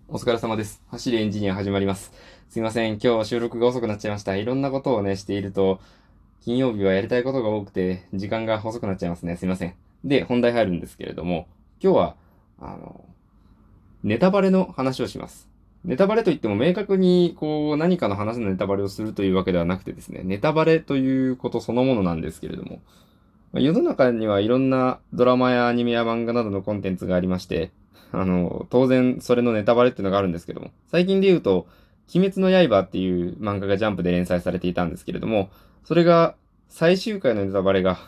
お疲れ様です。走りエンジニア始まります。すいません。今日収録が遅くなっちゃいました。いろんなことをね、していると、金曜日はやりたいことが多くて、時間が遅くなっちゃいますね。すいません。で、本題入るんですけれども、今日は、あの、ネタバレの話をします。ネタバレといっても明確に、何かの話のネタバレをするというわけではなくてですね、ネタバレということそのものなんですけれども、世の中にはいろんなドラマやアニメや漫画などのコンテンツがありまして、当然それのネタバレっていうのがあるんですけども、最近で言うと、鬼滅の刃っていう漫画がジャンプで連載されていたんですけれども、それが最終回のネタバレが、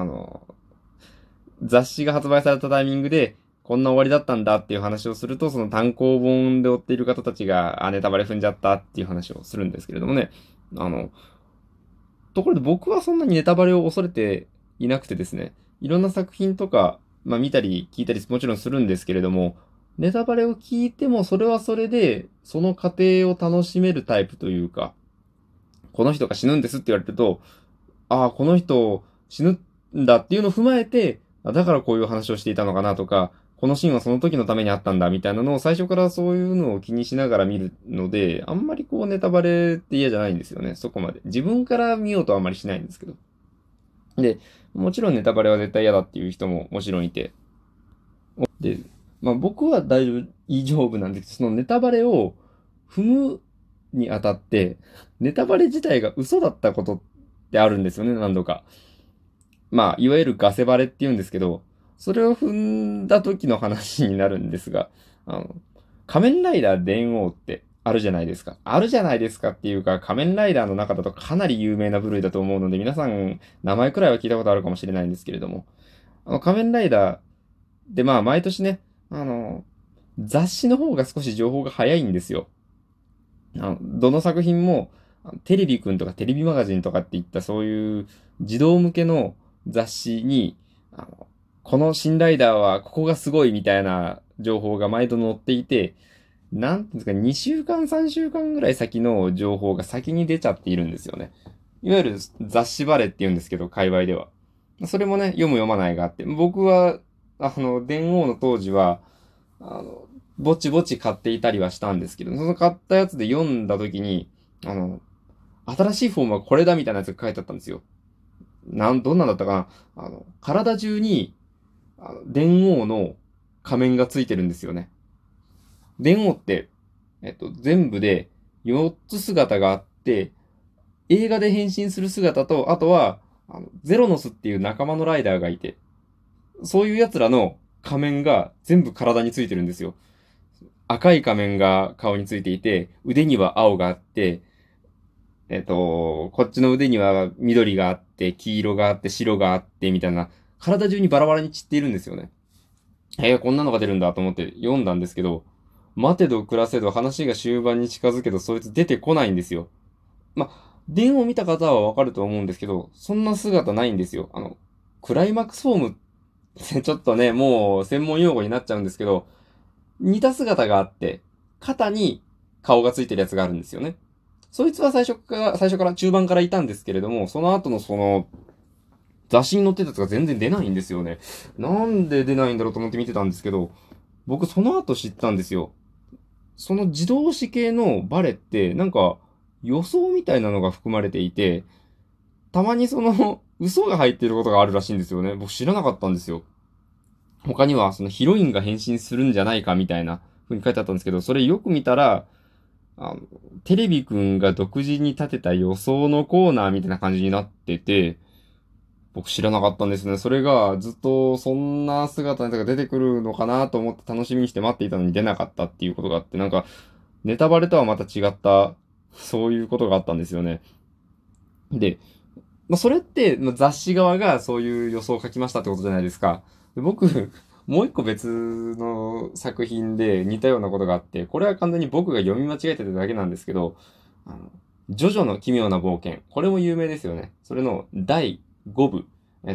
雑誌が発売されたタイミングで、こんな終わりだったんだっていう話をすると、その単行本で追っている方たちが、ネタバレ踏んじゃったっていう話をするんですけれどもね。あの、ところで僕はそんなにネタバレを恐れていなくてですね、いろんな作品とか、見たり聞いたりもちろんするんですけれども、ネタバレを聞いてもそれはそれで、その過程を楽しめるタイプというか、この人が死ぬんですって言われると、ああ、この人死ぬんだっていうのを踏まえて、だからこういう話をしていたのかなとか、このシーンはその時のためにあったんだみたいなのを最初からそういうのを気にしながら見るので、あんまりネタバレって嫌じゃないんですよね。そこまで。自分から見ようとはあんまりしないんですけど。で、もちろんネタバレは絶対嫌だっていう人ももちろんいて。で、僕は大丈夫なんですけど、そのネタバレを踏むにあたって、ネタバレ自体が嘘だったことってあるんですよね、何度か。いわゆるガセバレって言うんですけど、それを踏んだ時の話になるんですが、あの、仮面ライダー電王ってあるじゃないですか。あるじゃないですかっていうか、仮面ライダーの中だとかなり有名な部類だと思うので、皆さん名前くらいは聞いたことあるかもしれないんですけれども、仮面ライダーで毎年ね、雑誌の方が少し情報が早いんですよ。どの作品も、テレビくんとかテレビマガジンとかっていったそういう児童向けの雑誌に、あの、この新ライダーはここがすごいみたいな情報が毎度載っていて、なんていうんですか、2週間、3週間ぐらい先の情報が先に出ちゃっているんですよね。いわゆる雑誌バレって言うんですけど、界隈では。それもね、読む読まないがあって、僕は、電王の当時は、あの、ぼちぼち買っていたりはしたんですけど、その買ったやつで読んだ時に、あの、新しいフォームはこれだみたいなやつが書いてあったんですよ。どんなんだったかな。体中に、電王の仮面がついてるんですよね。電王って、全部で4つ姿があって、映画で変身する姿と、あとは、ゼロノスっていう仲間のライダーがいて、そういう奴らの仮面が全部体についてるんですよ。赤い仮面が顔についていて、腕には青があって、こっちの腕には緑があって、黄色があって、白があって、みたいな、体中にバラバラに散っているんですよね。こんなのが出るんだと思って読んだんですけど、待てど暮らせど話が終盤に近づけどそいつ出てこないんですよ。電を見た方はわかると思うんですけど、そんな姿ないんですよ。クライマックスフォームってちょっとね、もう専門用語になっちゃうんですけど、似た姿があって、肩に顔がついてるやつがあるんですよね。そいつは最初から中盤からいたんですけれども、その後の雑誌に載ってたやつが全然出ないんですよね。なんで出ないんだろうと思って見てたんですけど、僕その後知ったんですよ。その自動詞系のバレって、なんか予想みたいなのが含まれていて、たまに嘘が入っていることがあるらしいんですよね。僕知らなかったんですよ。他には、そのヒロインが変身するんじゃないかみたいな風に書いてあったんですけど、それよく見たら、あの、テレビくんが独自に立てた予想のコーナーみたいな感じになってて、僕知らなかったんですね。それがずっとそんな姿が出てくるのかなと思って楽しみにして待っていたのに出なかったっていうことがあって、なんか、ネタバレとはまた違った、そういうことがあったんですよね。で、それって、雑誌側がそういう予想を書きましたってことじゃないですか。で僕、もう一個別の作品で似たようなことがあって、これは完全に僕が読み間違えてただけなんですけど、あの、ジョジョの奇妙な冒険。これも有名ですよね。それの第5部。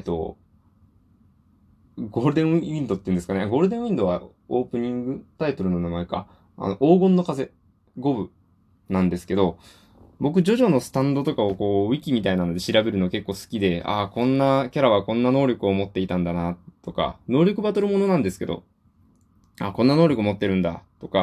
ゴールデンウィンドって言うんですかね。ゴールデンウィンドはオープニングタイトルの名前か。黄金の風5部なんですけど、僕、ジョジョのスタンドとかをウィキみたいなので調べるの結構好きで、ああ、こんなキャラはこんな能力を持っていたんだな、とか、能力バトルものなんですけど、あ、こんな能力持ってるんだ、とか、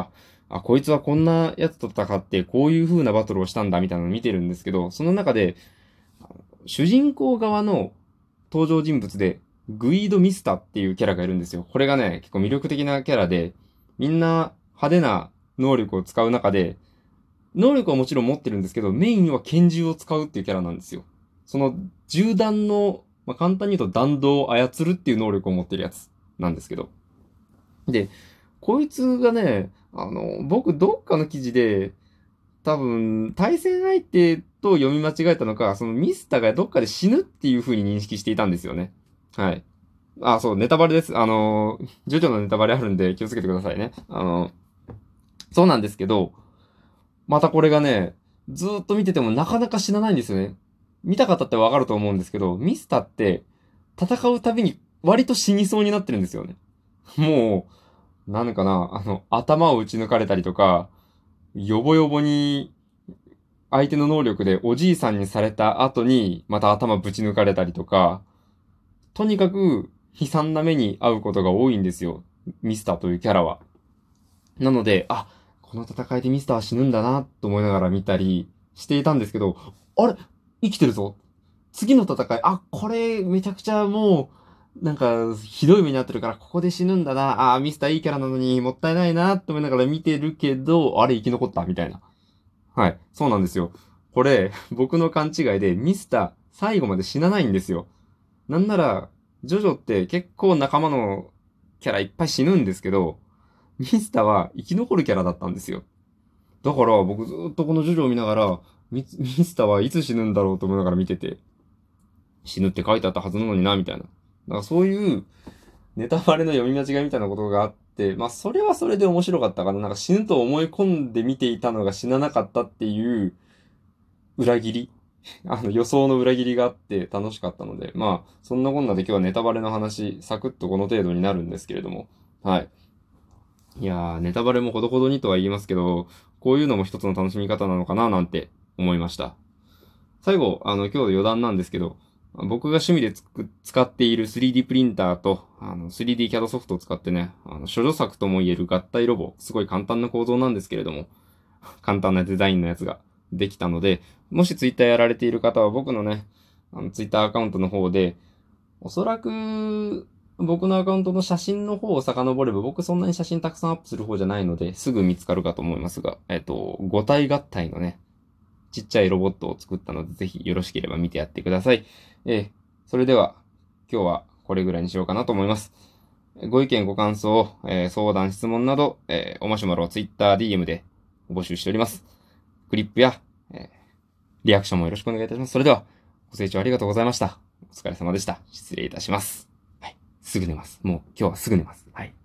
あ、こいつはこんなやつと戦ってこういう風なバトルをしたんだみたいなのを見てるんですけど、その中で、主人公側の登場人物で、グイード・ミスタっていうキャラがいるんですよ。これがね、結構魅力的なキャラで、みんな派手な能力を使う中で、能力はもちろん持ってるんですけど、メインは拳銃を使うっていうキャラなんですよ。その銃弾の、簡単に言うと弾道を操るっていう能力を持ってるやつなんですけど。で、こいつがね、僕どっかの記事で、多分、対戦相手と読み間違えたのか、そのミスタがどっかで死ぬっていう風に認識していたんですよね。はい。あ、そう、ネタバレです。ジョジョのネタバレあるんで気をつけてくださいね。そうなんですけど、またこれがね、ずーっと見ててもなかなか死なないんですよね。見た方ってわかると思うんですけど、ミスタって戦うたびに割と死にそうになってるんですよね。もう、なんかな、頭を打ち抜かれたりとか、ヨボヨボに相手の能力でおじいさんにされた後にまた頭ぶち抜かれたりとか、とにかく悲惨な目に遭うことが多いんですよ。ミスターというキャラは。なので、あ、この戦いでミスターは死ぬんだなと思いながら見たりしていたんですけど、あれ生きてるぞ次の戦い、あ、これめちゃくちゃもう、なんか、ひどい目に遭ってるから、ここで死ぬんだな。あー、ミスターいいキャラなのに、もったいないな、と思いながら見てるけど、あれ生き残ったみたいな。はい。そうなんですよ。これ、僕の勘違いで、ミスター、最後まで死なないんですよ。なんなら、ジョジョって結構仲間のキャラいっぱい死ぬんですけど、ミスターは生き残るキャラだったんですよ。だから僕ずっとこのジョジョを見ながら、ミスターはいつ死ぬんだろうと思いながら見てて、死ぬって書いてあったはずなのにな、みたいな。だからそういうネタバレの読み間違いみたいなことがあって、それはそれで面白かったかな。なんか死ぬと思い込んで見ていたのが死ななかったっていう裏切り。予想の裏切りがあって楽しかったので、そんなこんなで今日はネタバレの話、サクッとこの程度になるんですけれども。はい。いやー、ネタバレもほどほどにとは言いますけど、こういうのも一つの楽しみ方なのかななんて思いました。最後、今日の余談なんですけど、僕が趣味で使っている 3D プリンターと、3D キャドソフトを使ってね、処女作とも言える合体ロボ、すごい簡単な構造なんですけれども、簡単なデザインのやつができたので、もしツイッターやられている方は僕のね、ツイッターアカウントの方で、おそらく、僕のアカウントの写真の方を遡れば、僕そんなに写真たくさんアップする方じゃないので、すぐ見つかるかと思いますが、五体合体のね、ちっちゃいロボットを作ったので、ぜひよろしければ見てやってください。それでは、今日はこれぐらいにしようかなと思います。ご意見、ご感想、相談、質問など、おマシュマロ、ツイッター、DM で募集しております。クリップや、リアクションもよろしくお願いいたします。それでは、ご清聴ありがとうございました。お疲れ様でした。失礼いたします。はい。すぐ寝ます。もう今日はすぐ寝ます。はい。